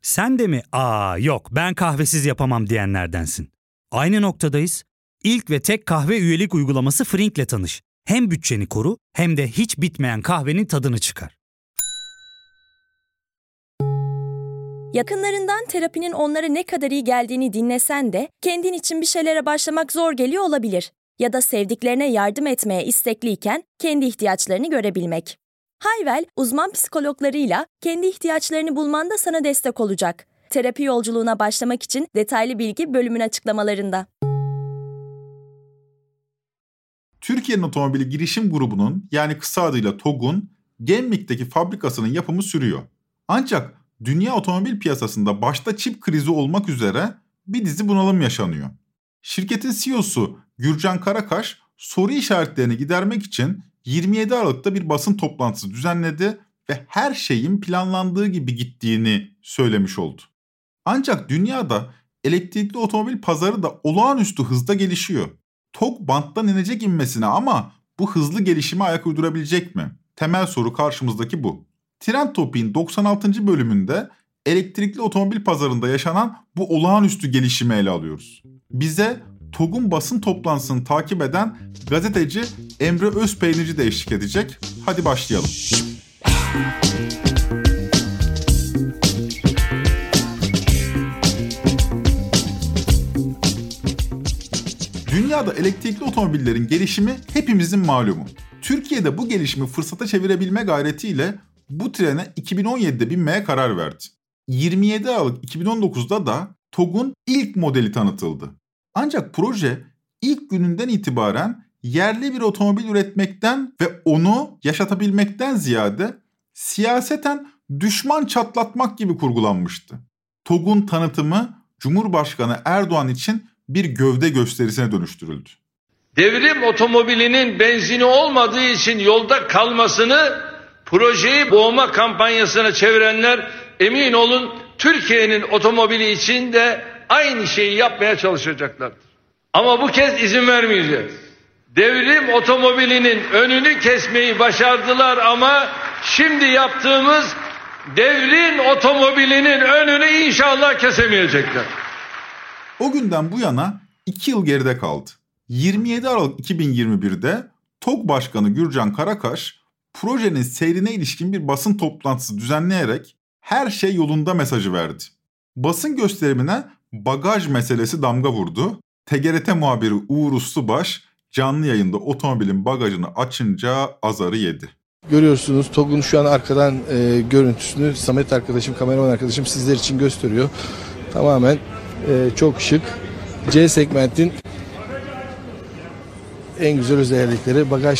Sen de mi yok ben kahvesiz yapamam diyenlerdensin? Aynı noktadayız. İlk ve tek kahve üyelik uygulaması Frink'le tanış. Hem bütçeni koru hem de hiç bitmeyen kahvenin tadını çıkar. Yakınlarından terapinin onlara ne kadar iyi geldiğini dinlesen de kendin için bir şeylere başlamak zor geliyor olabilir. Ya da sevdiklerine yardım etmeye istekliyken kendi ihtiyaçlarını görebilmek. Hayvel, uzman psikologlarıyla kendi ihtiyaçlarını bulmanda sana destek olacak. Terapi yolculuğuna başlamak için detaylı bilgi bölümün açıklamalarında. Türkiye'nin otomobili girişim grubunun yani kısa adıyla TOG'un Gemlik'teki fabrikasının yapımı sürüyor. Ancak dünya otomobil piyasasında başta çip krizi olmak üzere bir dizi bunalım yaşanıyor. Şirketin CEO'su Gürcan Karakaş soru işaretlerini gidermek için 27 Aralık'ta bir basın toplantısı düzenledi ve her şeyin planlandığı gibi gittiğini söylemiş oldu. Ancak dünyada elektrikli otomobil pazarı da olağanüstü hızda gelişiyor. TOG banttan inecek inmesine ama bu hızlı gelişime ayak uydurabilecek mi? Temel soru karşımızdaki bu. Trend Topik'in 96. bölümünde elektrikli otomobil pazarında yaşanan bu olağanüstü gelişimi ele alıyoruz. Bize TOG'un basın toplantısını takip eden gazeteci Emre Özpeynirci de eşlik edecek. Hadi başlayalım. Dünyada elektrikli otomobillerin gelişimi hepimizin malumu. Türkiye'de bu gelişimi fırsata çevirebilme gayretiyle bu trene 2017'de binmeye karar verdi. 27 Aralık 2019'da da TOG'un ilk modeli tanıtıldı. Ancak proje ilk gününden itibaren yerli bir otomobil üretmekten ve onu yaşatabilmekten ziyade siyaseten düşman çatlatmak gibi kurgulanmıştı. TOG'un tanıtımı Cumhurbaşkanı Erdoğan için bir gövde gösterisine dönüştürüldü. Devrim otomobilinin benzini olmadığı için yolda kalmasını projeyi boğma kampanyasına çevirenler emin olun Türkiye'nin otomobili için de aynı şeyi yapmaya çalışacaklardır. Ama bu kez izin vermeyeceğiz. Devrim otomobilinin önünü kesmeyi başardılar ama şimdi yaptığımız devrin otomobilinin önünü inşallah kesemeyecekler. O günden bu yana 2 yıl geride kaldı. 27 Aralık 2021'de TOG Başkanı Gürcan Karakaş projenin seyrine ilişkin bir basın toplantısı düzenleyerek her şey yolunda mesajı verdi. Basın gösterimine bagaj meselesi damga vurdu. TGRT muhabiri Uğur Uslubaş canlı yayında otomobilin bagajını açınca azarı yedi. Görüyorsunuz TOG'un şu an arkadan görüntüsünü Samet arkadaşım, kameraman arkadaşım sizler için gösteriyor. Tamamen çok şık. C segmentin en güzel özellikleri bagaj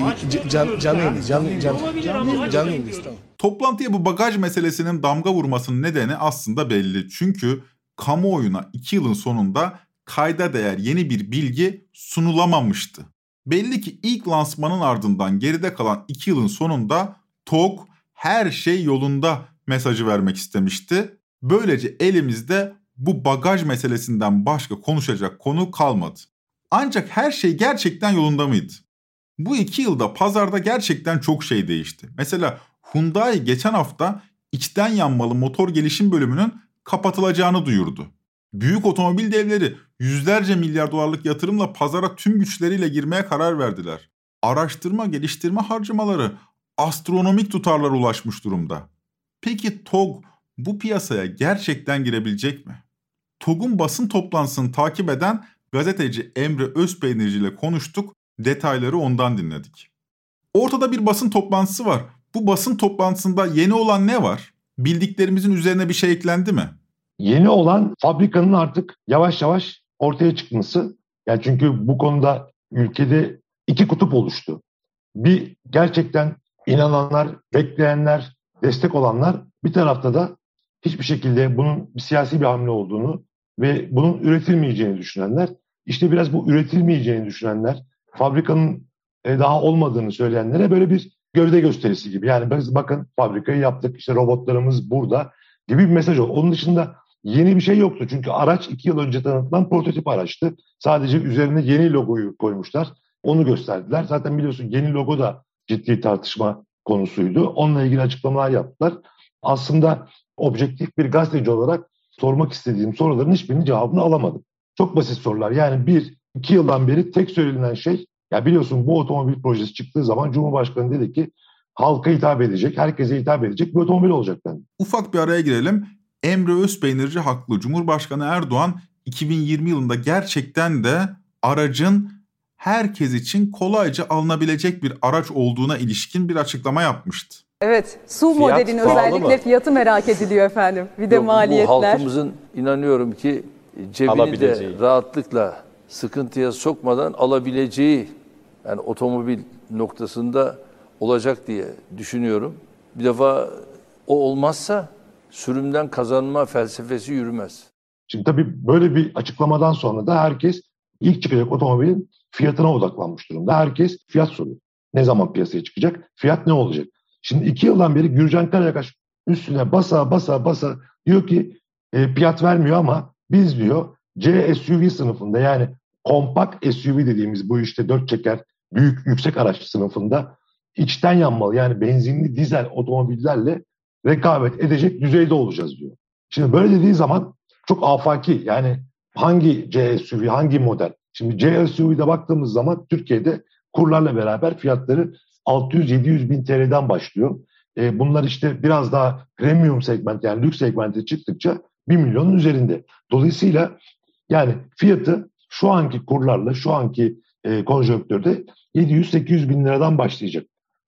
canlı İngiliz. Tamam. Toplantıya bu bagaj meselesinin damga vurmasının nedeni aslında belli. Çünkü kamuoyuna 2 yılın sonunda kayda değer yeni bir bilgi sunulamamıştı. Belli ki ilk lansmanın ardından geride kalan 2 yılın sonunda TOG her şey yolunda mesajı vermek istemişti. Böylece elimizde bu bagaj meselesinden başka konuşacak konu kalmadı. Ancak her şey gerçekten yolunda mıydı? Bu 2 yılda pazarda gerçekten çok şey değişti. Mesela Hyundai geçen hafta içten yanmalı motor gelişim bölümünün kapatılacağını duyurdu. Büyük otomobil devleri yüzlerce milyar dolarlık yatırımla pazara tüm güçleriyle girmeye karar verdiler. Araştırma, geliştirme harcamaları astronomik tutarlara ulaşmış durumda. Peki TOG bu piyasaya gerçekten girebilecek mi? TOG'un basın toplantısını takip eden gazeteci Emre Özpeynirci ile konuştuk, detayları ondan dinledik. Ortada bir basın toplantısı var. Bu basın toplantısında yeni olan ne var? Bildiklerimizin üzerine bir şey eklendi mi? Yeni olan fabrikanın artık yavaş yavaş ortaya çıkması. Yani çünkü bu konuda ülkede 2 kutup oluştu. Bir gerçekten inananlar, bekleyenler, destek olanlar, bir tarafta da hiçbir şekilde bunun siyasi bir hamle olduğunu ve bunun üretilmeyeceğini düşünenler. İşte biraz bu üretilmeyeceğini düşünenler, fabrikanın daha olmadığını söyleyenlere böyle bir gövde gösterisi gibi. Yani biz bakın fabrikayı yaptık, işte robotlarımız burada gibi bir mesaj oldu. Onun dışında yeni bir şey yoktu. Çünkü araç 2 yıl önce tanıtılan prototip araçtı. Sadece üzerine yeni logoyu koymuşlar. Onu gösterdiler. Zaten biliyorsun yeni logo da ciddi tartışma konusuydu. Onunla ilgili açıklamalar yaptılar. Aslında objektif bir gazeteci olarak sormak istediğim soruların hiçbirinin cevabını alamadım. Çok basit sorular. Yani 1-2 yıldan beri tek söylenen şey, ya biliyorsun bu otomobil projesi çıktığı zaman Cumhurbaşkanı dedi ki halka hitap edecek, herkese hitap edecek bir otomobil olacak dendi. Ufak bir araya girelim. Emre Özpeynirci haklı. Cumhurbaşkanı Erdoğan 2020 yılında gerçekten de aracın herkes için kolayca alınabilecek bir araç olduğuna ilişkin bir açıklama yapmıştı. Evet, SUV modelin özellikle fiyatı merak ediliyor efendim. Bir de maliyetler. Bu halkımızın inanıyorum ki cebini de rahatlıkla sıkıntıya sokmadan alabileceği, yani otomobil noktasında olacak diye düşünüyorum. Bir defa o olmazsa sürümden kazanma felsefesi yürümez. Şimdi tabii böyle bir açıklamadan sonra da herkes ilk çıkacak otomobilin fiyatına odaklanmış durumda. Herkes fiyat soruyor. Ne zaman piyasaya çıkacak? Fiyat ne olacak? Şimdi 2 yıldan beri Gürcan Karayakaş üstüne basa diyor ki fiyat vermiyor ama biz diyor C-SUV sınıfında, yani kompakt SUV dediğimiz bu işte 4 çeker büyük yüksek araç sınıfında içten yanmalı, yani benzinli dizel otomobillerle rekabet edecek düzeyde olacağız diyor. Şimdi böyle dediği zaman çok afaki, yani hangi C-SUV, hangi model? Şimdi C-SUV'de baktığımız zaman Türkiye'de kurlarla beraber fiyatları 600-700 bin TL'den başlıyor. Bunlar işte biraz daha premium segment, yani lüks segmente çıktıkça 1 milyonun üzerinde. Dolayısıyla yani fiyatı şu anki kurlarla, şu anki konjonktürde 700-800 bin liradan başlayacak.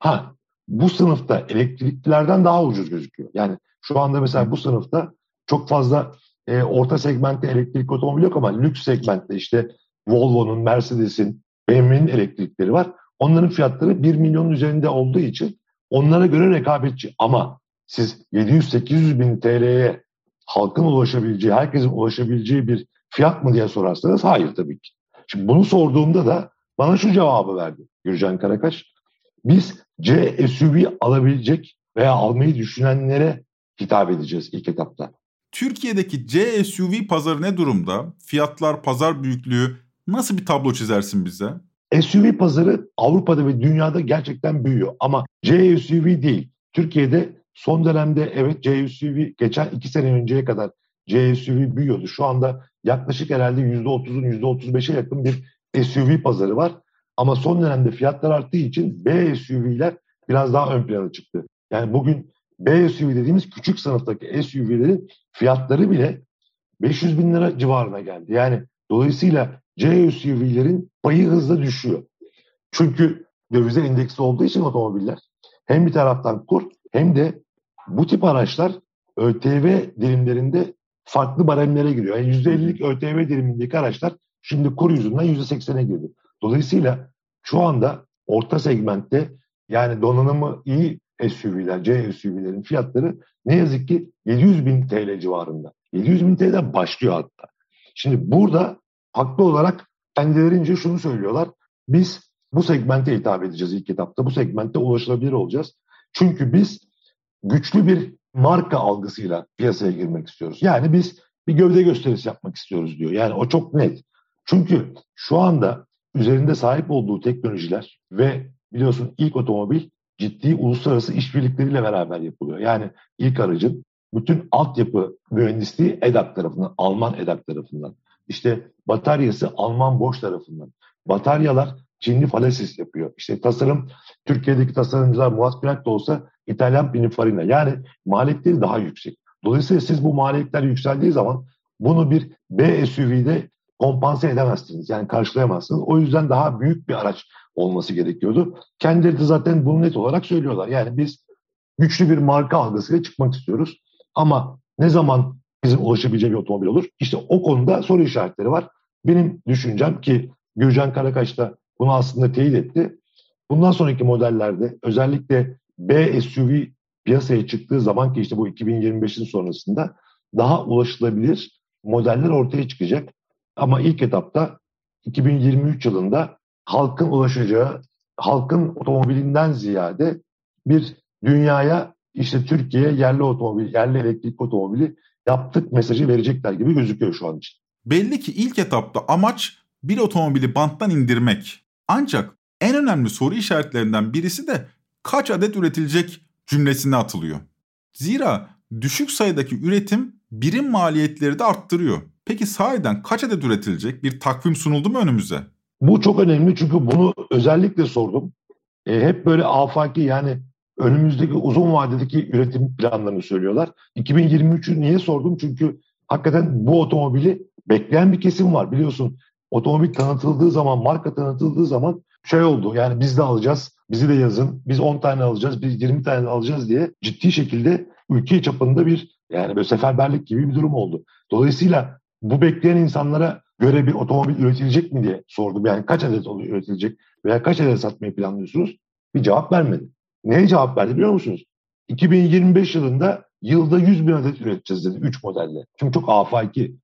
Bu sınıfta elektriklilerden daha ucuz gözüküyor. Yani şu anda mesela bu sınıfta çok fazla orta segmentte elektrikli otomobil yok ama lüks segmentte işte Volvo'nun, Mercedes'in, BMW'nin elektrikleri var. Onların fiyatları 1 milyonun üzerinde olduğu için onlara göre rekabetçi. Ama siz 700-800 bin TL'ye halkın ulaşabileceği, herkesin ulaşabileceği bir fiyat mı diye sorarsanız hayır tabii ki. Şimdi bunu sorduğumda da bana şu cevabı verdi Gürcan Karakaş. Biz C-SUV alabilecek veya almayı düşünenlere hitap edeceğiz ilk etapta. Türkiye'deki C-SUV pazarı ne durumda? Fiyatlar, pazar büyüklüğü nasıl bir tablo çizersin bize? SUV pazarı Avrupa'da ve dünyada gerçekten büyüyor ama C-SUV değil. Türkiye'de son dönemde evet C-SUV geçen 2 sene önceye kadar C-SUV büyüyordu. Şu anda yaklaşık herhalde %30'un %35'e yakın bir SUV pazarı var. Ama son dönemde fiyatlar arttığı için B-SUV'ler biraz daha ön plana çıktı. Yani bugün B-SUV dediğimiz küçük sınıftaki SUV'lerin fiyatları bile 500 bin lira civarına geldi. Yani dolayısıyla C-SUV'lerin payı hızla düşüyor. Çünkü dövize endeksli olduğu için otomobiller hem bir taraftan kur hem de bu tip araçlar ÖTV dilimlerinde farklı baremlere giriyor. Yani %50'lik ÖTV dilimindeki araçlar şimdi kur yüzünden %80'e girdi. Dolayısıyla şu anda orta segmentte, yani donanımı iyi SUV'ler, C-SUV'lerin fiyatları ne yazık ki 700 bin TL civarında. 700 bin TL'den başlıyor hatta. Şimdi burada haklı olarak kendilerince şunu söylüyorlar. Biz bu segmente hitap edeceğiz ilk etapta. Bu segmente ulaşılabilir olacağız. Çünkü biz güçlü bir marka algısıyla piyasaya girmek istiyoruz. Yani biz bir gövde gösterisi yapmak istiyoruz diyor. Yani o çok net. Çünkü şu anda üzerinde sahip olduğu teknolojiler ve biliyorsun ilk otomobil ciddi uluslararası işbirlikleriyle beraber yapılıyor. Yani ilk aracın bütün altyapı mühendisliği EDAK tarafından, Alman EDAK tarafından. İşte bataryası Alman Bosch tarafından. Bataryalar Çinli Falesis yapıyor. İşte tasarım, Türkiye'deki tasarımcılar Murat Plak da olsa İtalyan Pininfarina. Yani maliyetleri daha yüksek. Dolayısıyla siz bu maliyetler yükseldiği zaman bunu bir B-SUV'de kompanse edemezsiniz. Yani karşılayamazsınız. O yüzden daha büyük bir araç olması gerekiyordu. Kendileri de zaten bunu net olarak söylüyorlar. Yani biz güçlü bir marka algısıyla çıkmak istiyoruz. Ama ne zaman bizim ulaşabileceği bir otomobil olur? İşte o konuda soru işaretleri var. Benim düşüncem ki Gürcan Karakaş da bunu aslında teyit etti. Bundan sonraki modellerde özellikle B-SUV piyasaya çıktığı zaman ki işte bu 2025'in sonrasında daha ulaşılabilir modeller ortaya çıkacak. Ama ilk etapta 2023 yılında halkın ulaşacağı, halkın otomobilinden ziyade bir dünyaya işte Türkiye yerli otomobil, yerli elektrikli otomobili yaptık mesajı verecekler gibi gözüküyor şu an için. Belli ki ilk etapta amaç bir otomobili banttan indirmek. Ancak en önemli soru işaretlerinden birisi de kaç adet üretilecek cümlesine atılıyor. Zira Düşük sayıdaki üretim birim maliyetleri de arttırıyor. Peki sahiden kaç adet üretilecek? Bir takvim sunuldu mu önümüze? Bu çok önemli çünkü bunu özellikle sordum. Hep böyle afaki, yani önümüzdeki uzun vadedeki üretim planlarını söylüyorlar. 2023'ü niye sordum? Çünkü hakikaten bu otomobili bekleyen bir kesim var. Biliyorsun, otomobil tanıtıldığı zaman, marka tanıtıldığı zaman şey oldu. Yani biz de alacağız, bizi de yazın, biz 10 tane alacağız, biz 20 tane alacağız diye ciddi şekilde ülke çapında bir, yani böyle seferberlik gibi bir durum oldu. Dolayısıyla bu bekleyen insanlara göre bir otomobil üretilecek mi diye sordum. Yani kaç adet üretilecek veya kaç adet satmayı planlıyorsunuz? Bir cevap vermedi. Neye cevap verdi biliyor musunuz? 2025 yılında yılda 100 bin adet üreteceğiz dedi 3 modelle. Çünkü çok afaki.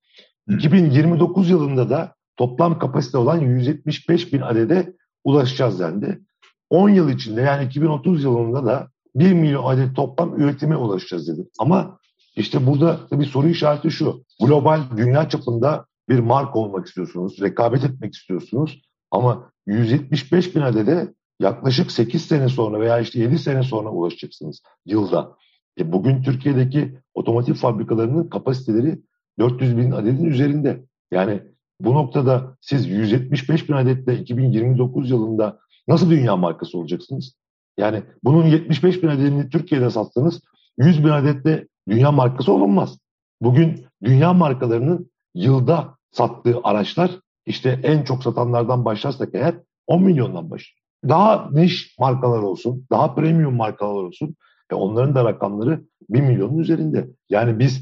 2029 yılında da toplam kapasite olan 175 bin adede ulaşacağız dendi. 10 yıl içinde, yani 2030 yılında da 1 milyon adet toplam üretime ulaşacağız dedi. Ama işte burada bir soru işareti şu. Global, dünya çapında bir marka olmak istiyorsunuz, rekabet etmek istiyorsunuz. Ama 175 bin adede yaklaşık 8 sene sonra veya işte 7 sene sonra ulaşacaksınız yılda. Bugün Türkiye'deki otomotiv fabrikalarının kapasiteleri 400 bin adetin üzerinde. Yani bu noktada siz 175 bin adetle 2029 yılında nasıl dünya markası olacaksınız? Yani bunun 75 bin adedini Türkiye'de sattınız, 100 bin adetle dünya markası olunmaz. Bugün dünya markalarının yılda sattığı araçlar, işte en çok satanlardan başlarsak eğer 10 milyondan başlıyor. Daha niş markalar olsun, daha premium markalar olsun. Onların da rakamları 1 milyonun üzerinde. Yani biz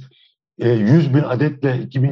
100 bin adetle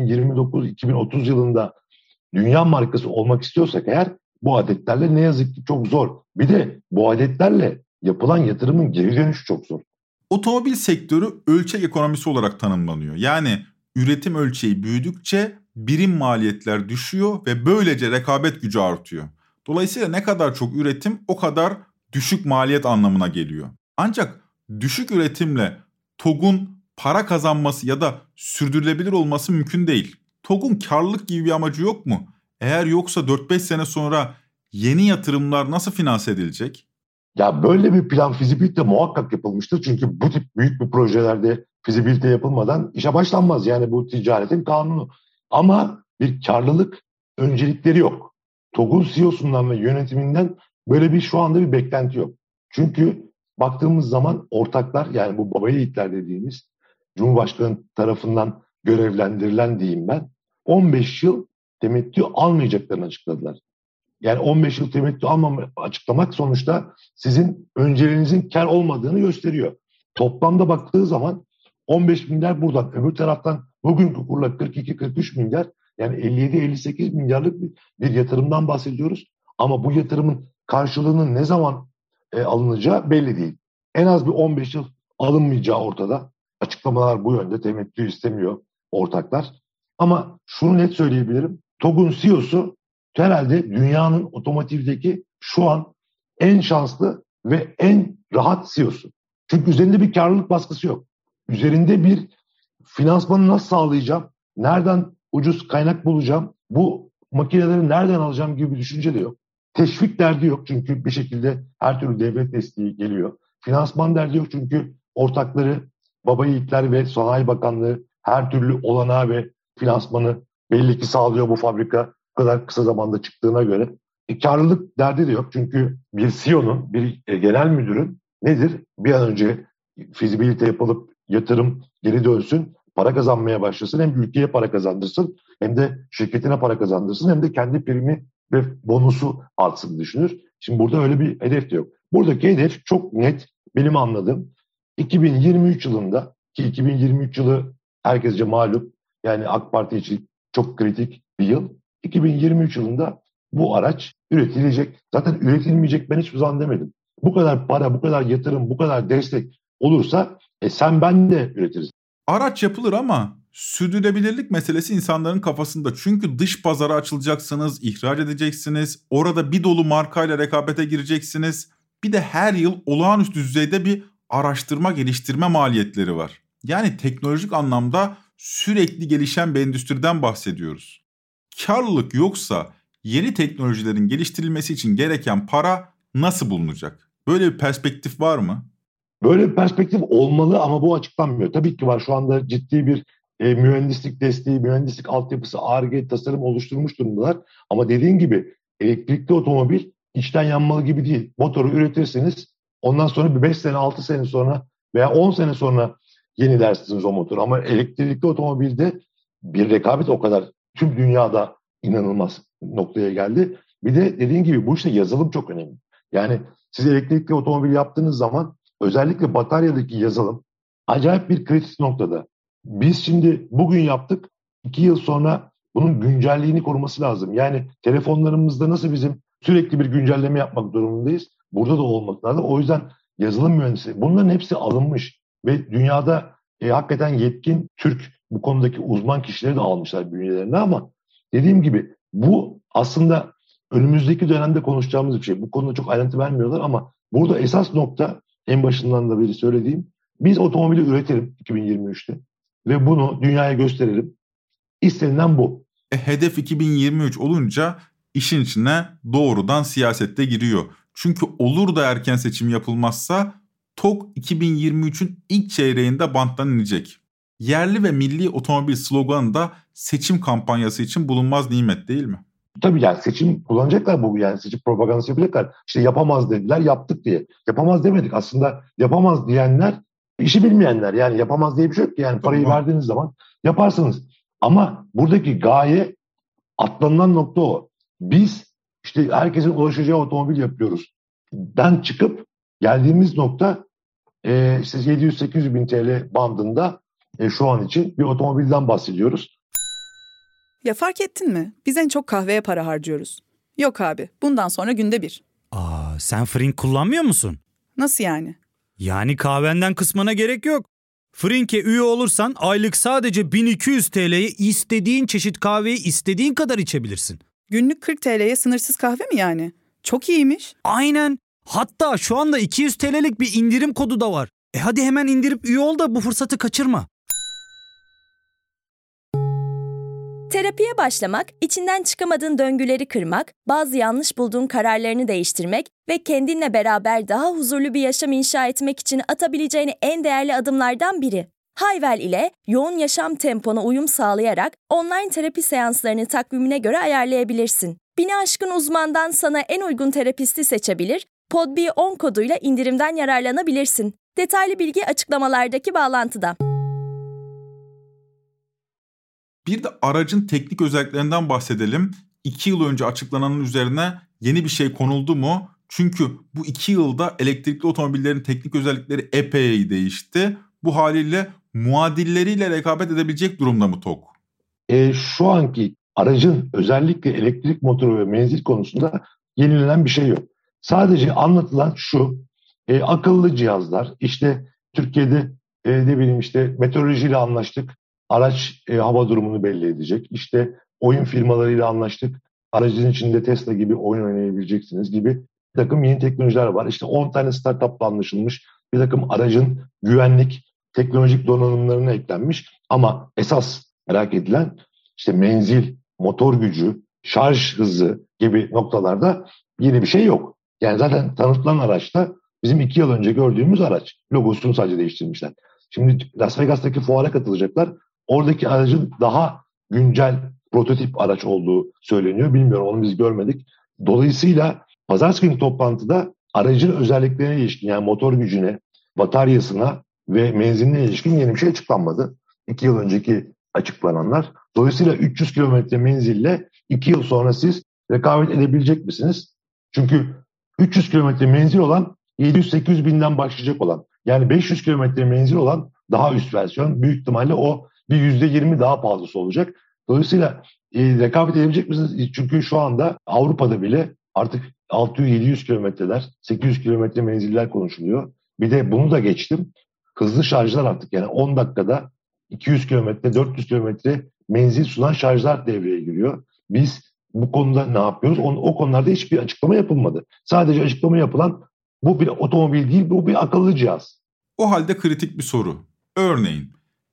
2029-2030 yılında dünya markası olmak istiyorsak eğer, bu adetlerle ne yazık ki çok zor. Bir de bu adetlerle yapılan yatırımın geri dönüşü çok zor. Otomobil sektörü ölçek ekonomisi olarak tanımlanıyor. Yani üretim ölçeği büyüdükçe birim maliyetler düşüyor ve böylece rekabet gücü artıyor. Dolayısıyla ne kadar çok üretim o kadar düşük maliyet anlamına geliyor. Ancak düşük üretimle TOG'un para kazanması ya da sürdürülebilir olması mümkün değil. TOG'un karlılık gibi bir amacı yok mu? Eğer yoksa 4-5 sene sonra yeni yatırımlar nasıl finanse edilecek? Ya böyle bir plan, fizibilite muhakkak yapılmıştır. Çünkü bu tip büyük bir projelerde fizibilite yapılmadan işe başlanmaz. Yani bu ticaretin kanunu. Ama bir karlılık öncelikleri yok. TOG'un CEO'sundan ve yönetiminden böyle bir şu anda bir beklenti yok. Çünkü baktığımız zaman ortaklar, yani bu baba yiğitler dediğimiz, Cumhurbaşkanı tarafından görevlendirilen diyeyim ben, 15 yıl temettü almayacaklarını açıkladılar. Yani 15 yıl temettü açıklamak sonuçta sizin önceliğinizin kar olmadığını gösteriyor. Toplamda baktığı zaman 15 milyar buradan, öbür taraftan bugünkü kurla 42-43 milyar, yani 57-58 milyarlık bir yatırımdan bahsediyoruz. Ama bu yatırımın karşılığının ne zaman alınacağı belli değil. En az bir 15 yıl alınmayacağı ortada. Açıklamalar bu yönde, temettü istemiyor ortaklar. Ama şunu net söyleyebilirim. TOG'un CEO'su herhalde dünyanın otomotivdeki şu an en şanslı ve en rahat CEO'su. Çünkü üzerinde bir karlılık baskısı yok. Üzerinde bir finansmanı nasıl sağlayacağım, nereden ucuz kaynak bulacağım, bu makineleri nereden alacağım gibi bir düşünce de yok. Teşvik derdi yok çünkü bir şekilde her türlü devlet desteği geliyor. Finansman derdi yok çünkü ortakları, baba yiğitler ve Sanayi Bakanlığı her türlü olanağı ve finansmanı belli ki sağlıyor bu fabrika bu kadar kısa zamanda çıktığına göre. Karlılık derdi de yok çünkü bir CEO'nun, bir genel müdürün nedir? Bir an önce fizibilite yapılıp yatırım geri dönsün, para kazanmaya başlasın, hem ülkeye para kazandırsın, hem de şirketine para kazandırsın, hem de kendi primi ve bonusu artsın düşünür. Şimdi burada öyle bir hedef de yok. Buradaki hedef çok net, benim anladığım 2023 yılında, ki 2023 yılı herkesce malum, yani AK Parti için çok kritik bir yıl. 2023 yılında bu araç üretilecek. Zaten üretilmeyecek ben hiçbir zaman demedim. Bu kadar para, bu kadar yatırım, bu kadar destek olursa sen ben de üretiriz. Araç yapılır ama sürdürülebilirlik meselesi insanların kafasında. Çünkü dış pazara açılacaksınız, ihraç edeceksiniz. Orada bir dolu markayla rekabete gireceksiniz. Bir de her yıl olağanüstü düzeyde bir araştırma, geliştirme maliyetleri var. Yani teknolojik anlamda sürekli gelişen bir endüstriden bahsediyoruz. Karlılık yoksa yeni teknolojilerin geliştirilmesi için gereken para nasıl bulunacak? Böyle bir perspektif var mı? Böyle bir perspektif olmalı ama bu açıklanmıyor. Tabii ki var, şu anda ciddi bir mühendislik desteği, mühendislik altyapısı, Ar-Ge, tasarım oluşturmuş durumdalar. Ama dediğin gibi elektrikli otomobil içten yanmalı gibi değil. Motoru üretirsiniz, ondan sonra bir 5 sene, 6 sene sonra veya 10 sene sonra yenilersiniz o motoru. Ama elektrikli otomobilde bir rekabet o kadar tüm dünyada inanılmaz noktaya geldi. Bir de dediğin gibi bu işte yazılım çok önemli. Yani siz elektrikli otomobil yaptığınız zaman özellikle bataryadaki yazılım acayip bir kritik noktada. Biz şimdi bugün yaptık, 2 yıl sonra bunun güncelliğini koruması lazım. Yani telefonlarımızda nasıl bizim sürekli bir güncelleme yapmak durumundayız, burada da olmak lazım. O yüzden yazılım mühendisi, bunların hepsi alınmış ve dünyada hakikaten yetkin Türk bu konudaki uzman kişileri de almışlar bünyelerine. Ama dediğim gibi bu aslında önümüzdeki dönemde konuşacağımız bir şey. Bu konuda çok ayrıntı vermiyorlar ama burada esas nokta, en başından da beri söylediğim, biz otomobili üretelim 2023'te ve bunu dünyaya gösterelim. İstenilen bu. Hedef 2023 olunca işin içine doğrudan siyasette giriyor. Çünkü olur da erken seçim yapılmazsa TOG 2023'ün ilk çeyreğinde banttan inecek. Yerli ve milli otomobil sloganı da seçim kampanyası için bulunmaz nimet değil mi? Tabii yani seçim kullanacaklar bu, yani seçim propagandası yapacaklar. İşte yapamaz dediler, yaptık diye. Yapamaz demedik aslında, yapamaz diyenler işi bilmeyenler. Yani yapamaz diye bir şey yok ki, yani parayı verdiğiniz zaman yaparsınız. Ama buradaki gaye, atlanılan nokta o. Biz işte herkesin ulaşacağı otomobil yapıyoruz. Den çıkıp geldiğimiz nokta işte 700-800 bin TL bandında şu an için bir otomobilden bahsediyoruz. Ya fark ettin mi? Biz en çok kahveye para harcıyoruz. Yok abi, bundan sonra günde bir. Sen Frink kullanmıyor musun? Nasıl yani? Yani kahvenden kısmına gerek yok. Frink'e üye olursan aylık sadece 1200 TL'ye istediğin çeşit kahveyi istediğin kadar içebilirsin. Günlük 40 TL'ye sınırsız kahve mi yani? Çok iyiymiş. Aynen. Hatta şu anda 200 TL'lik bir indirim kodu da var. Hadi hemen indirip üye ol da bu fırsatı kaçırma. Terapiye başlamak, içinden çıkamadığın döngüleri kırmak, bazı yanlış bulduğun kararlarını değiştirmek ve kendinle beraber daha huzurlu bir yaşam inşa etmek için atabileceğin en değerli adımlardan biri. Hayvel ile yoğun yaşam tempona uyum sağlayarak online terapi seanslarını takvimine göre ayarlayabilirsin. 1000'i aşkın uzmandan sana en uygun terapisti seçebilir, PODB10 koduyla indirimden yararlanabilirsin. Detaylı bilgi açıklamalardaki bağlantıda. Bir de aracın teknik özelliklerinden bahsedelim. 2 yıl önce açıklananın üzerine yeni bir şey konuldu mu? Çünkü bu 2 yılda elektrikli otomobillerin teknik özellikleri epey değişti. Bu haliyle muadilleriyle rekabet edebilecek durumda mı TOG? Şu anki aracın özellikle elektrik motoru ve menzil konusunda yenilenen bir şey yok. Sadece anlatılan şu, akıllı cihazlar, işte Türkiye'de ne bileyim işte meteorolojiyle anlaştık. Araç hava durumunu belli edecek. İşte oyun firmalarıyla anlaştık. Aracın içinde Tesla gibi oyun oynayabileceksiniz gibi bir takım yeni teknolojiler var. İşte 10 tane startupla anlaşılmış. Bir takım aracın güvenlik, teknolojik donanımlarına eklenmiş. Ama esas merak edilen işte menzil, motor gücü, şarj hızı gibi noktalarda yeni bir şey yok. Yani zaten tanıtılan araçta bizim 2 yıl önce gördüğümüz araç. Logosunu sadece değiştirmişler. Şimdi Las Vegas'taki fuara katılacaklar. Oradaki aracın daha güncel prototip araç olduğu söyleniyor. Bilmiyorum, onu biz görmedik. Dolayısıyla pazartesi günü toplantıda aracın özelliklerine ilişkin, yani motor gücüne, bataryasına ve menziline ilişkin yeni bir şey açıklanmadı. 2 yıl önceki açıklananlar. Dolayısıyla 300 kilometre menzille 2 yıl sonra siz rekabet edebilecek misiniz? Çünkü 300 kilometre menzil olan 700-800 binden başlayacak olan, yani 500 kilometre menzil olan daha üst versiyon, büyük ihtimalle o bir %20 daha pahalısı olacak. Dolayısıyla rekabet edebilecek misiniz? Çünkü şu anda Avrupa'da bile artık 600-700 kilometreler, 800 kilometre menziller konuşuluyor. Bir de bunu da geçtim. Hızlı şarjlar artık, yani 10 dakikada 200 kilometre, 400 kilometre menzil sunan şarjlar devreye giriyor. Biz bu konuda ne yapıyoruz? O konularda hiçbir açıklama yapılmadı. Sadece açıklama yapılan, bu bir otomobil değil, bu bir akıllı cihaz. O halde kritik bir soru. Örneğin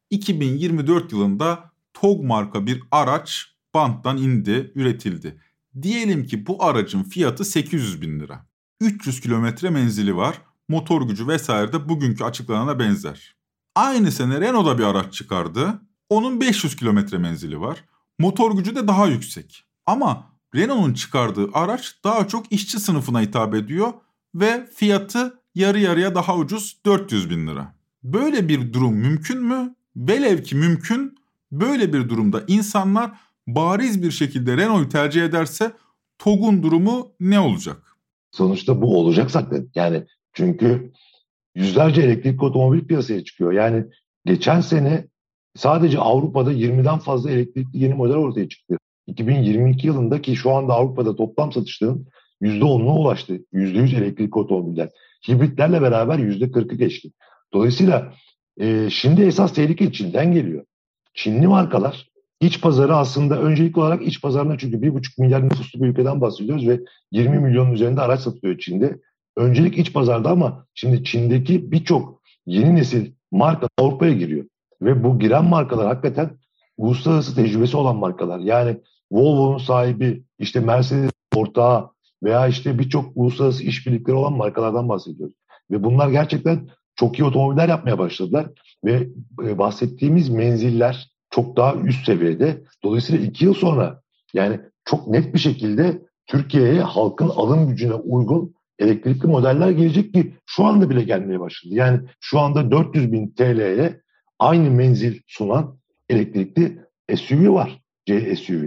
2024 yılında TOG marka bir araç banttan indi, üretildi. Diyelim ki bu aracın fiyatı 800 bin lira. 300 kilometre menzili var. motor gücü vesaire de bugünkü açıklanana benzer. Aynı sene Renault da bir araç çıkardı. Onun 500 kilometre menzili var. Motor gücü de daha yüksek. Ama Renault'un çıkardığı araç daha çok işçi sınıfına hitap ediyor ve fiyatı yarı yarıya daha ucuz 400 bin lira. Böyle bir durum mümkün mü? Velev ki mümkün. Böyle bir durumda insanlar bariz bir şekilde Renault'u tercih ederse TOG'un durumu ne olacak? Sonuçta bu olacak zaten. Yani çünkü yüzlerce elektrikli otomobil piyasaya çıkıyor. Yani geçen sene sadece Avrupa'da 20'den fazla elektrikli yeni model ortaya çıktı. 2022 yılında ki şu anda Avrupa'da toplam satışların %10'una ulaştı. %100 elektrikli otomobiller. Hibritlerle beraber %40'ı geçti. Dolayısıyla şimdi esas tehlike Çin'den geliyor. Çinli markalar iç pazarı aslında öncelikli olarak iç pazarına, çünkü 1,5 milyar nüfuslu bir ülkeden bahsediyoruz ve 20 milyonun üzerinde araç satılıyor Çin'de. Öncelik iç pazarda ama şimdi Çin'deki birçok yeni nesil marka Avrupa'ya giriyor. Ve bu giren markalar hakikaten uluslararası tecrübesi olan markalar. Yani Volvo'nun sahibi, işte Mercedes ortağı veya işte birçok uluslararası işbirlikleri olan markalardan bahsediyoruz. Ve bunlar gerçekten çok iyi otomobiller yapmaya başladılar. Ve bahsettiğimiz menziller çok daha üst seviyede. Dolayısıyla 2 yıl sonra yani çok net bir şekilde Türkiye'ye halkın alım gücüne uygun elektrikli modeller gelecek ki şu anda bile gelmeye başladı. Yani şu anda 400 bin TL'ye aynı menzil sunan elektrikli SUV var. C-SUV.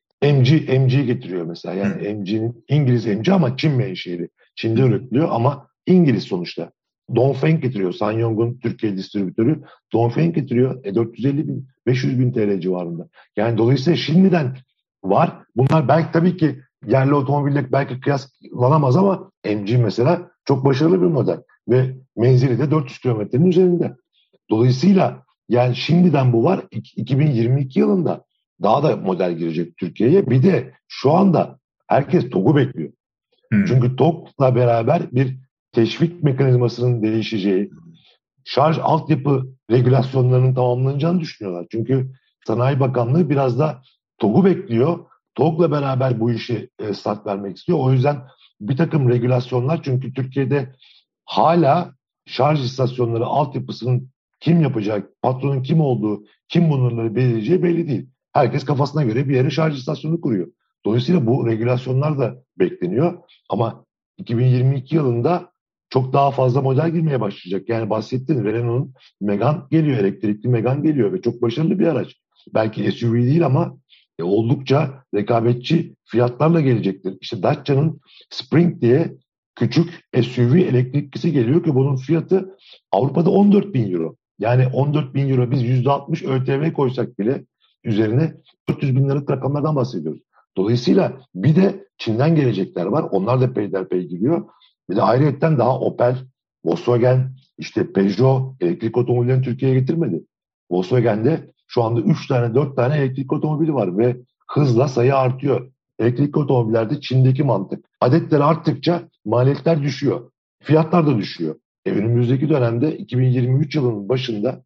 MG getiriyor mesela. Yani MG'nin İngiliz MG ama Çin menşeli. Çin'de üretiliyor ama İngiliz sonuçta. Dongfeng getiriyor. SsangYong'un Türkiye distribütörü. Dongfeng getiriyor. 450 bin, 500 bin TL civarında. Yani dolayısıyla şimdiden var. Bunlar belki tabii ki yerli otomobille belki kıyaslanamaz ama MG mesela çok başarılı bir model. Ve menzili de 400 kilometrenin üzerinde. Dolayısıyla yani şimdiden bu var. 2022 yılında daha da model girecek Türkiye'ye. Bir de şu anda herkes TOG'u bekliyor. Çünkü TOG'la beraber bir teşvik mekanizmasının değişeceği, şarj altyapı regülasyonlarının tamamlanacağını düşünüyorlar. Çünkü Sanayi Bakanlığı biraz da TOG'u bekliyor. TOG'la beraber bu işi start vermek istiyor. O yüzden bir takım regülasyonlar, çünkü Türkiye'de hala şarj istasyonları altyapısının kim yapacak, patronun kim olduğu, kim bunları belirleyeceği belli değil. Herkes kafasına göre bir yere şarj istasyonu kuruyor. Dolayısıyla bu regülasyonlar da bekleniyor. Ama 2022 yılında çok daha fazla model girmeye başlayacak. Yani bahsettiğim Renault'un Megane geliyor, elektrikli Megane geliyor ve çok başarılı bir araç. Belki SUV değil ama oldukça rekabetçi fiyatlarla gelecektir. İşte Dacia'nın Spring diye küçük SUV elektriklisi geliyor ki bunun fiyatı Avrupa'da 14 bin euro. Yani 14 bin euro biz %60 ÖTV koysak bile üzerine 400 bin liralık rakamlardan bahsediyoruz. Dolayısıyla bir de Çin'den gelecekler var. Onlar da peyderpey giriyor. Bir de ayrıyetten daha Opel, Volkswagen, işte Peugeot elektrik otomobillerini Türkiye'ye getirmedi. Volkswagen'de şu anda 3 tane 4 tane elektrik otomobili var ve hızla sayı artıyor. Elektrikli otomobillerde Çin'deki mantık. Adetler arttıkça maliyetler düşüyor. Fiyatlar da düşüyor. Önümüzdeki dönemde 2023 yılının başında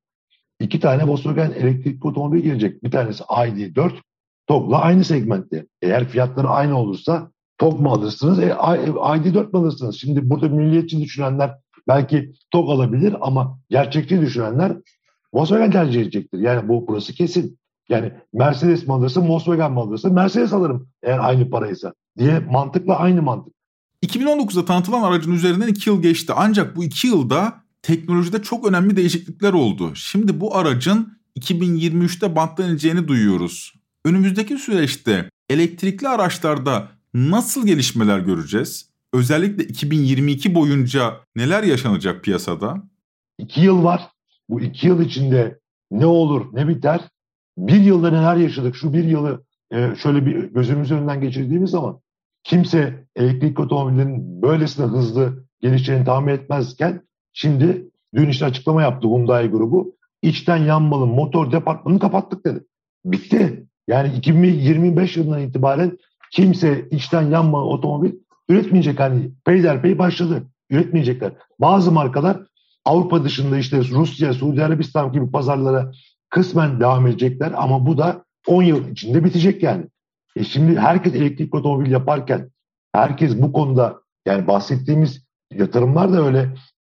2 tane Volkswagen elektrikli otomobil gelecek. Bir tanesi ID.4, TOG'la aynı segmentte. Eğer fiyatları aynı olursa TOG mu alırsınız, ID.4 mi alırsınız? Şimdi burada milliyetçi düşünenler belki TOG alabilir ama gerçekçi düşünenler Volkswagen tercih edecektir. Yani burası kesin. Yani Mercedes mi alırsın, Volkswagen mi alırsın? Mercedes alırım eğer aynı paraysa diye mantıkla aynı mantık. 2019'da tanıtılan aracın üzerinden 2 yıl geçti. Ancak bu 2 yılda teknolojide çok önemli değişiklikler oldu. Şimdi bu aracın 2023'te bantlanacağını duyuyoruz. Önümüzdeki süreçte elektrikli araçlarda nasıl gelişmeler göreceğiz? Özellikle 2022 boyunca neler yaşanacak piyasada? 2 yıl var. Bu 2 yıl içinde ne olur ne biter? 1 yılda neler yaşadık? Şu 1 yılı şöyle bir gözümüzün önünden geçirdiğimiz zaman kimse elektrikli otomobillerin böylesine hızlı gelişeceğini tahmin etmezken şimdi dün işte açıklama yaptı Hyundai grubu. İçten yanmalı motor departmanını kapattık dedi. Bitti. Yani 2025 yılından itibaren kimse içten yanmalı otomobil üretmeyecek. Hani peyderpey başladı. Üretmeyecekler. Bazı markalar Avrupa dışında işte Rusya, Suudi Arabistan gibi pazarlara kısmen devam edecekler ama bu da 10 yıl içinde bitecek yani. Şimdi herkes elektrik otomobil yaparken herkes bu konuda, yani bahsettiğimiz yatırımlar da öyle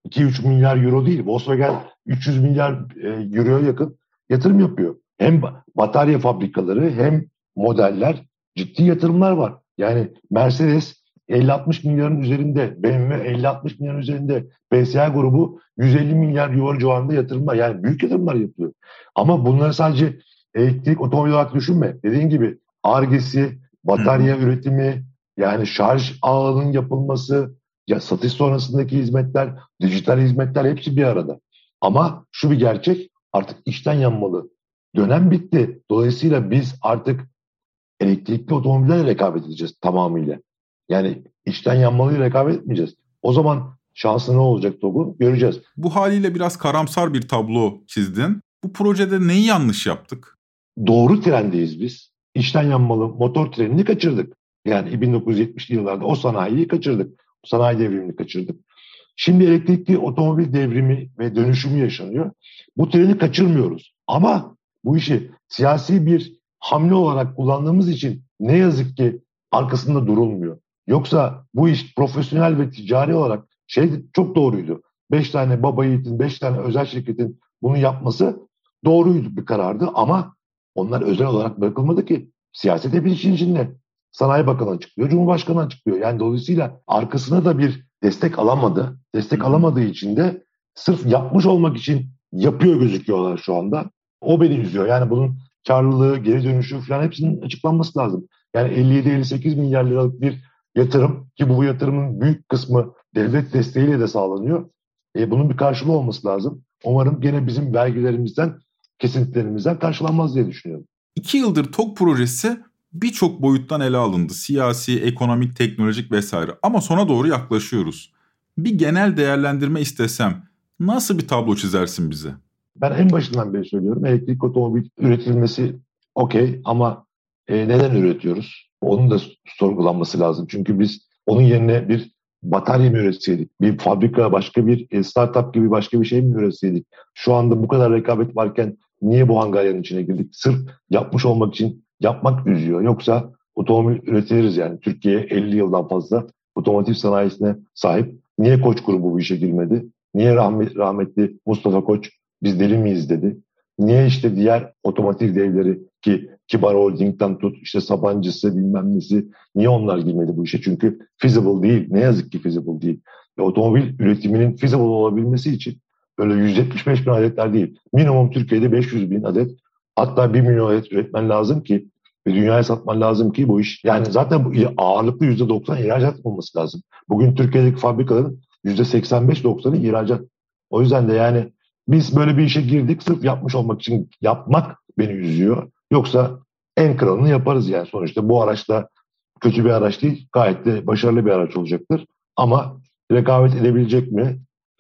2-3 milyar euro değil. Volkswagen 300 milyar euroya yakın yatırım yapıyor. Hem batarya fabrikaları hem modeller, ciddi yatırımlar var. Yani Mercedes 50-60 milyarın üzerinde, BMW 50-60 milyarın üzerinde, PSA grubu 150 milyar euro civarında yatırımlar. Yani büyük yatırımlar yapıyor. Ama bunları sadece elektrik otomobil olarak düşünme. Dediğin gibi Ar-Ge'si, batarya üretimi, yani şarj ağının yapılması, ya satış sonrasındaki hizmetler, dijital hizmetler hepsi bir arada. Ama şu bir gerçek, artık içten yanmalı dönem bitti. Dolayısıyla biz artık elektrikli otomobillerle rekabet edeceğiz tamamıyla. Yani içten yanmalıyla rekabet etmeyeceğiz. O zaman şansı ne olacak TOG'un göreceğiz. Bu haliyle biraz karamsar bir tablo çizdin. Bu projede neyi yanlış yaptık? Doğru trendeyiz biz. İçten yanmalı motor trenini kaçırdık. Yani 1970'li yıllarda o sanayiyi kaçırdık. O sanayi devrimini kaçırdık. Şimdi elektrikli otomobil devrimi ve dönüşümü yaşanıyor. Bu treni kaçırmıyoruz. Ama bu işi siyasi bir hamle olarak kullandığımız için ne yazık ki arkasında durulmuyor. Yoksa bu iş profesyonel ve ticari olarak çok doğruydu. 5 tane baba yiğitin, 5 tane özel şirketin bunu yapması doğruydu bir karardı. Ama onlar özel olarak bırakılmadı ki. Siyaset hep işin içinde. Sanayi Bakanı açıklıyor, Cumhurbaşkanı açıklıyor. Yani dolayısıyla arkasına da bir destek alamadı. Destek alamadığı için de sırf yapmış olmak için yapıyor gözüküyorlar şu anda. O beni üzüyor. Yani bunun karlılığı, geri dönüşü falan hepsinin açıklanması lazım. Yani 57-58 milyar liralık bir yatırım ki bu yatırımın büyük kısmı devlet desteğiyle de sağlanıyor. Bunun bir karşılığı olması lazım. Umarım gene bizim vergilerimizden, kesintilerimizden karşılanmaz diye düşünüyorum. 2 yıldır TOG projesi birçok boyuttan ele alındı. Siyasi, ekonomik, teknolojik vesaire. Ama sona doğru yaklaşıyoruz. Bir genel değerlendirme istesem nasıl bir tablo çizersin bize? Ben en başından beri söylüyorum. Elektrik otomobil üretilmesi okey ama neden üretiyoruz? Onun da sorgulanması lazım. Çünkü biz onun yerine bir batarya mı üretseydik? Bir fabrika, başka bir startup gibi başka bir şey mi üretseydik? Şu anda bu kadar rekabet varken niye bu hangarların içine girdik? Sırf yapmış olmak için yapmak üzüyor. Yoksa otomobil üretiliriz yani. Türkiye 50 yıldan fazla otomotiv sanayisine sahip. Niye Koç grubu bu işe girmedi? Niye rahmetli Mustafa Koç biz deli miyiz dedi? Niye işte diğer otomotiv devleri ki Kibar Holding'den tut işte Sabancısı bilmem nesi niye onlar girmedi bu işe? Çünkü feasible değil. Ne yazık ki feasible değil. Ve otomobil üretiminin feasible olabilmesi için öyle 175 bin adetler değil. Minimum Türkiye'de 500 bin adet hatta 1 milyon adet üretmen lazım ki ve dünyaya satman lazım ki bu iş. Yani zaten bu ağırlıklı %90 ihracat olması lazım. Bugün Türkiye'deki fabrikaların %85-90'ı ihracat. O yüzden de yani biz böyle bir işe girdik sırf yapmış olmak için yapmak beni üzüyor. Yoksa en kralını yaparız yani sonuçta. Bu araç da kötü bir araç değil. Gayet de başarılı bir araç olacaktır. Ama rekabet edebilecek mi?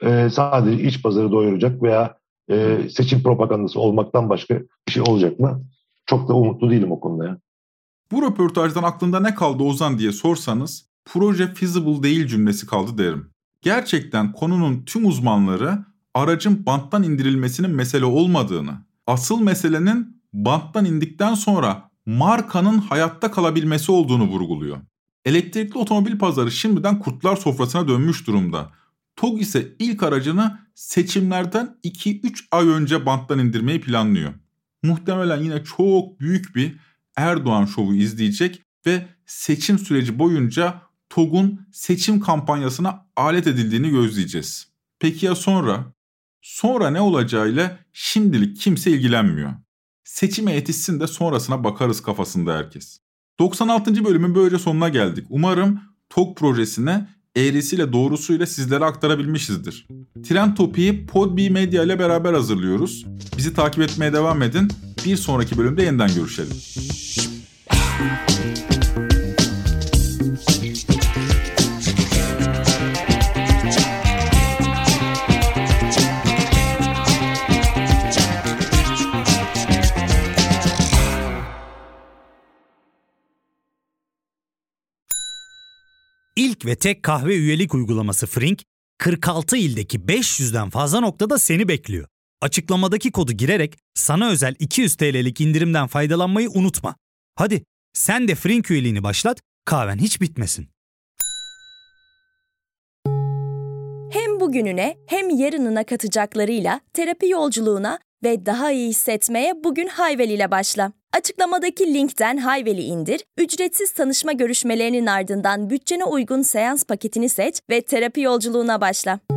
Sadece iç pazarı doyuracak veya seçim propagandası olmaktan başka bir şey olacak mı? Çok da umutlu değilim o konuda ya. Bu röportajdan aklında ne kaldı Ozan diye sorsanız proje feasible değil cümlesi kaldı derim. Gerçekten konunun tüm uzmanları aracın banttan indirilmesinin mesele olmadığını, asıl meselenin banttan indikten sonra markanın hayatta kalabilmesi olduğunu vurguluyor. Elektrikli otomobil pazarı şimdiden kurtlar sofrasına dönmüş durumda. TOG ise ilk aracını seçimlerden 2-3 ay önce banttan indirmeyi planlıyor. Muhtemelen yine çok büyük bir Erdoğan şovu izleyecek ve seçim süreci boyunca TOG'un seçim kampanyasına alet edildiğini gözleyeceğiz. Peki ya sonra? Sonra ne olacağıyla şimdilik kimse ilgilenmiyor. Seçime yetişsin de sonrasına bakarız kafasında herkes. 96. bölümün böylece sonuna geldik. Umarım TOG projesine eğrisiyle doğrusuyla sizlere aktarabilmişizdir. Trend Topi'yi Podbi Medya ile beraber hazırlıyoruz. Bizi takip etmeye devam edin. Bir sonraki bölümde yeniden görüşelim. İlk ve tek kahve üyelik uygulaması Frink, 46 ildeki 500'den fazla noktada seni bekliyor. Açıklamadaki kodu girerek sana özel 200 TL'lik indirimden faydalanmayı unutma. Hadi sen de Frink üyeliğini başlat, kahven hiç bitmesin. Hem bugününe hem yarınına katacaklarıyla terapi yolculuğuna ve daha iyi hissetmeye bugün Hayvel ile başla. Açıklamadaki linkten Hayvel'i indir, ücretsiz tanışma görüşmelerinin ardından bütçene uygun seans paketini seç ve terapi yolculuğuna başla.